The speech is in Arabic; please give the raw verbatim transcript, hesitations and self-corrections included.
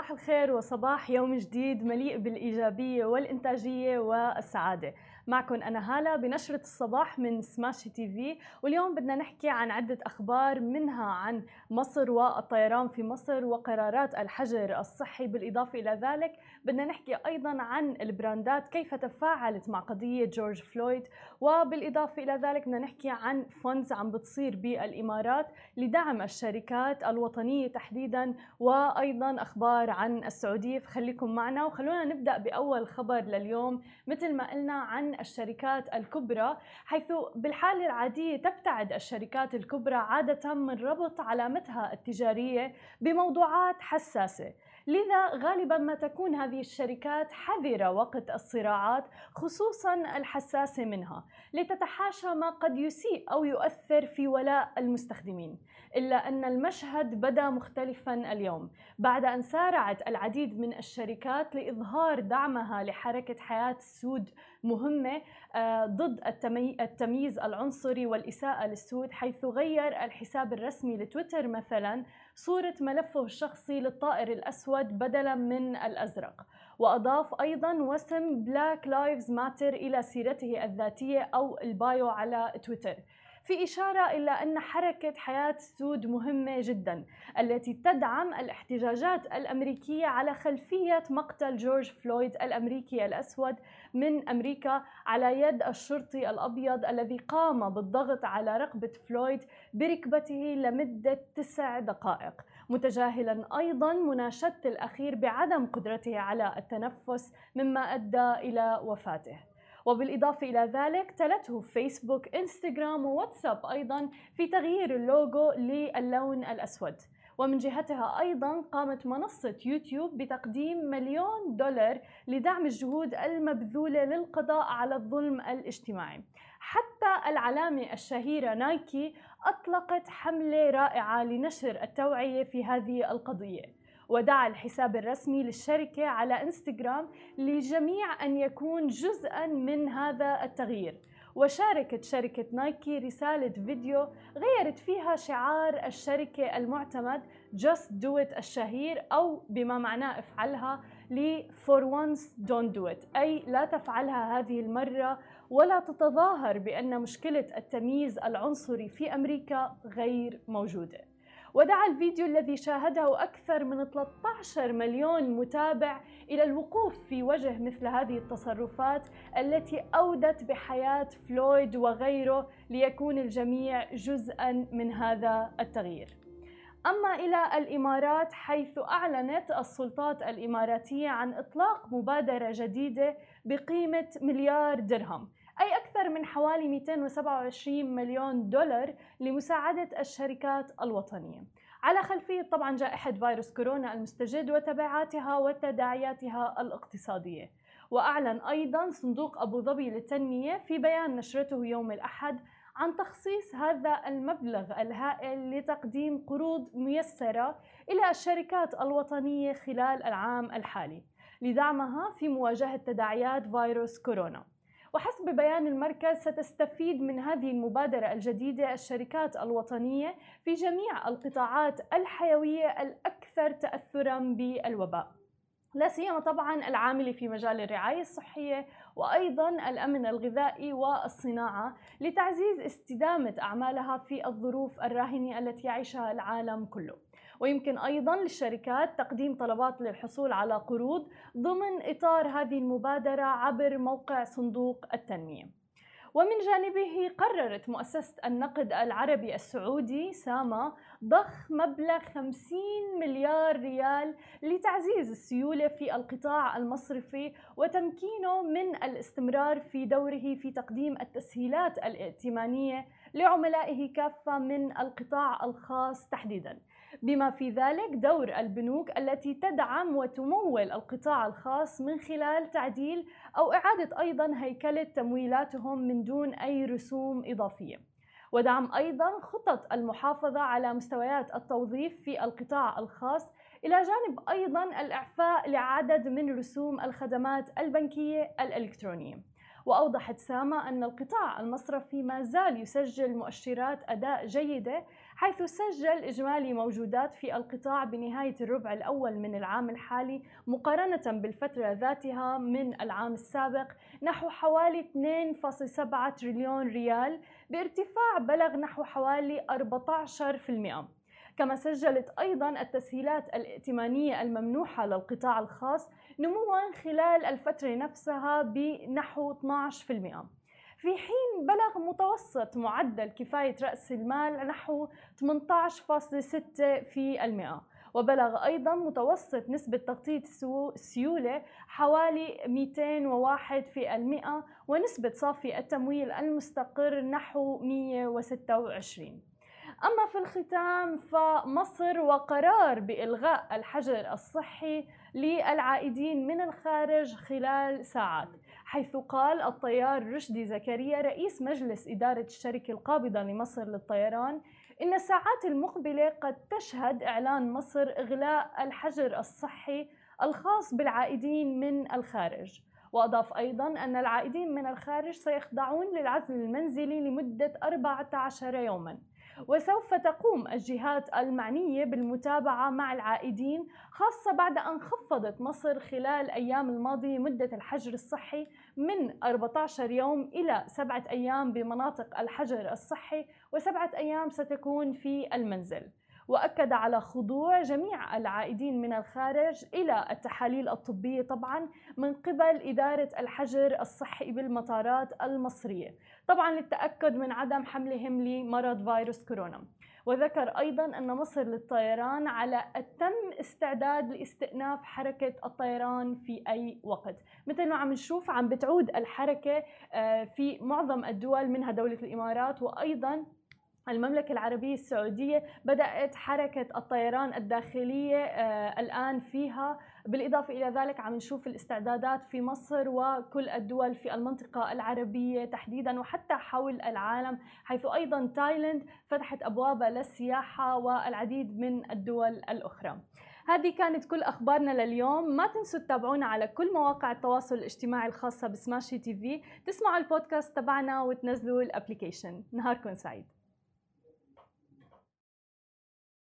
صباح الخير وصباح يوم جديد مليء بالإيجابية والإنتاجية والسعادة. معكم أنا هالة بنشرة الصباح من سماشي تي في، واليوم بدنا نحكي عن عدة أخبار، منها عن مصر والطيران في مصر وقرارات الحجر الصحي. بالإضافة إلى ذلك بدنا نحكي أيضا عن البراندات كيف تفاعلت مع قضية جورج فلويد، وبالإضافة إلى ذلك بدنا نحكي عن فندز عم بتصير بالإمارات لدعم الشركات الوطنية تحديدا، وأيضا أخبار عن السعودية. فخليكم معنا وخلونا نبدأ بأول خبر لليوم. مثل ما قلنا عن الشركات الكبرى، حيث بالحالة العادية تبتعد الشركات الكبرى عادة من ربط علامتها التجارية بموضوعات حساسة، لذا غالبا ما تكون هذه الشركات حذرة وقت الصراعات خصوصا الحساسة منها، لتتحاشى ما قد يسيء أو يؤثر في ولاء المستخدمين. إلا أن المشهد بدا مختلفا اليوم بعد أن سارعت العديد من الشركات لإظهار دعمها لحركة حياة السود مهمة ضد التمييز العنصري والإساءة للسود، حيث غير الحساب الرسمي لتويتر مثلا صورة ملفه الشخصي للطائر الأسود بدلا من الأزرق، وأضاف أيضا وسم بلاك لايفز ماتر إلى سيرته الذاتية أو البايو على تويتر، في إشارة إلى أن حركة حياة السود مهمة جدا التي تدعم الاحتجاجات الأمريكية على خلفية مقتل جورج فلويد الأمريكي الأسود من أمريكا على يد الشرطي الأبيض الذي قام بالضغط على رقبة فلويد بركبته لمدة تسع دقائق، متجاهلا أيضا مناشدة الأخير بعدم قدرته على التنفس مما أدى إلى وفاته. وبالإضافة إلى ذلك تلته فيسبوك، إنستغرام وواتساب أيضا في تغيير اللوجو للون الأسود. ومن جهتها أيضا قامت منصة يوتيوب بتقديم مليون دولار لدعم الجهود المبذولة للقضاء على الظلم الاجتماعي. حتى العلامة الشهيرة نايكي أطلقت حملة رائعة لنشر التوعية في هذه القضية، ودعا الحساب الرسمي للشركة على إنستغرام للجميع أن يكون جزءاً من هذا التغيير. وشاركت شركة نايكي رسالة فيديو غيرت فيها شعار الشركة المعتمد Just Do It الشهير، أو بما معناه افعلها، ل For once don't do it، أي لا تفعلها هذه المرة ولا تتظاهر بأن مشكلة التمييز العنصري في أمريكا غير موجودة. ودعا الفيديو الذي شاهده أكثر من ثلاثة عشر مليون متابع إلى الوقوف في وجه مثل هذه التصرفات التي أودت بحياة فلويد وغيره، ليكون الجميع جزءاً من هذا التغيير. أما إلى الإمارات، حيث أعلنت السلطات الإماراتية عن إطلاق مبادرة جديدة بقيمة مليار درهم، أي أكثر من حوالي مئتين وسبعة وعشرين مليون دولار لمساعدة الشركات الوطنية على خلفية طبعا جائحة فيروس كورونا المستجد وتبعاتها وتداعياتها الاقتصادية. وأعلن أيضا صندوق أبو ظبي للتنمية في بيان نشرته يوم الأحد عن تخصيص هذا المبلغ الهائل لتقديم قروض ميسرة إلى الشركات الوطنية خلال العام الحالي لدعمها في مواجهة تداعيات فيروس كورونا. وحسب بيان المركز ستستفيد من هذه المبادرة الجديدة الشركات الوطنية في جميع القطاعات الحيوية الأكثر تأثراً بالوباء، لا سيما طبعاً العاملة في مجال الرعاية الصحية وأيضاً الأمن الغذائي والصناعة، لتعزيز استدامة أعمالها في الظروف الراهنة التي يعيشها العالم كله. ويمكن أيضاً للشركات تقديم طلبات للحصول على قروض ضمن إطار هذه المبادرة عبر موقع صندوق التنمية. ومن جانبه قررت مؤسسة النقد العربي السعودي ساما ضخ مبلغ خمسين مليار ريال لتعزيز السيولة في القطاع المصرفي وتمكينه من الاستمرار في دوره في تقديم التسهيلات الائتمانية لعملائه كافة من القطاع الخاص تحديداً، بما في ذلك دور البنوك التي تدعم وتمول القطاع الخاص من خلال تعديل أو إعادة أيضاً هيكلة تمويلاتهم من دون أي رسوم إضافية، ودعم أيضاً خطط المحافظة على مستويات التوظيف في القطاع الخاص، إلى جانب أيضاً الإعفاء لعدد من رسوم الخدمات البنكية الإلكترونية. وأوضحت ساما أن القطاع المصرفي ما زال يسجل مؤشرات أداء جيدة، حيث سجل إجمالي موجودات في القطاع بنهاية الربع الأول من العام الحالي مقارنة بالفترة ذاتها من العام السابق نحو حوالي اثنين فاصلة سبعة تريليون ريال، بارتفاع بلغ نحو حوالي أربعة عشر بالمئة. كما سجلت أيضاً التسهيلات الائتمانية الممنوحة للقطاع الخاص نمواً خلال الفترة نفسها بنحو اثني عشر بالمئة، في حين بلغ متوسط معدل كفاية رأس المال نحو ثمانية عشر فاصلة ستة بالمئة، وبلغ أيضاً متوسط نسبة تغطية السيولة حوالي مئتين وواحد بالمئة، ونسبة صافي التمويل المستقر نحو مئة وستة وعشرين. أما في الختام فمصر وقرار بإلغاء الحجر الصحي للعائدين من الخارج خلال ساعات، حيث قال الطيار رشدي زكريا رئيس مجلس إدارة الشركة القابضة لمصر للطيران إن الساعات المقبلة قد تشهد إعلان مصر إغلاق الحجر الصحي الخاص بالعائدين من الخارج. وأضاف أيضاً أن العائدين من الخارج سيخضعون للعزل المنزلي لمدة أربعة عشر يوماً، وسوف تقوم الجهات المعنية بالمتابعة مع العائدين، خاصة بعد أن خفضت مصر خلال الأيام الماضية مدة الحجر الصحي من أربعة عشر يوم إلى سبعة أيام بمناطق الحجر الصحي، وسبعة أيام ستكون في المنزل. وأكد على خضوع جميع العائدين من الخارج إلى التحاليل الطبية طبعاً من قبل إدارة الحجر الصحي بالمطارات المصرية، طبعاً للتأكد من عدم حملهم لمرض فيروس كورونا. وذكر أيضاً أن مصر للطيران على أتم استعداد لاستئناف حركة الطيران في أي وقت. مثل ما عم نشوف عم بتعود الحركة في معظم الدول منها دولة الإمارات، وأيضاً المملكة العربية السعودية بدأت حركة الطيران الداخلية آه الآن فيها. بالإضافة إلى ذلك عم نشوف الاستعدادات في مصر وكل الدول في المنطقة العربية تحديداً وحتى حول العالم، حيث أيضاً تايلاند فتحت أبوابها للسياحة والعديد من الدول الأخرى. هذه كانت كل أخبارنا لليوم. ما تنسوا تتابعونا على كل مواقع التواصل الاجتماعي الخاصة بسماشي تي في، تسمعوا البودكاست تبعنا وتنزلوا الابليكيشن. نهاركم سعيد.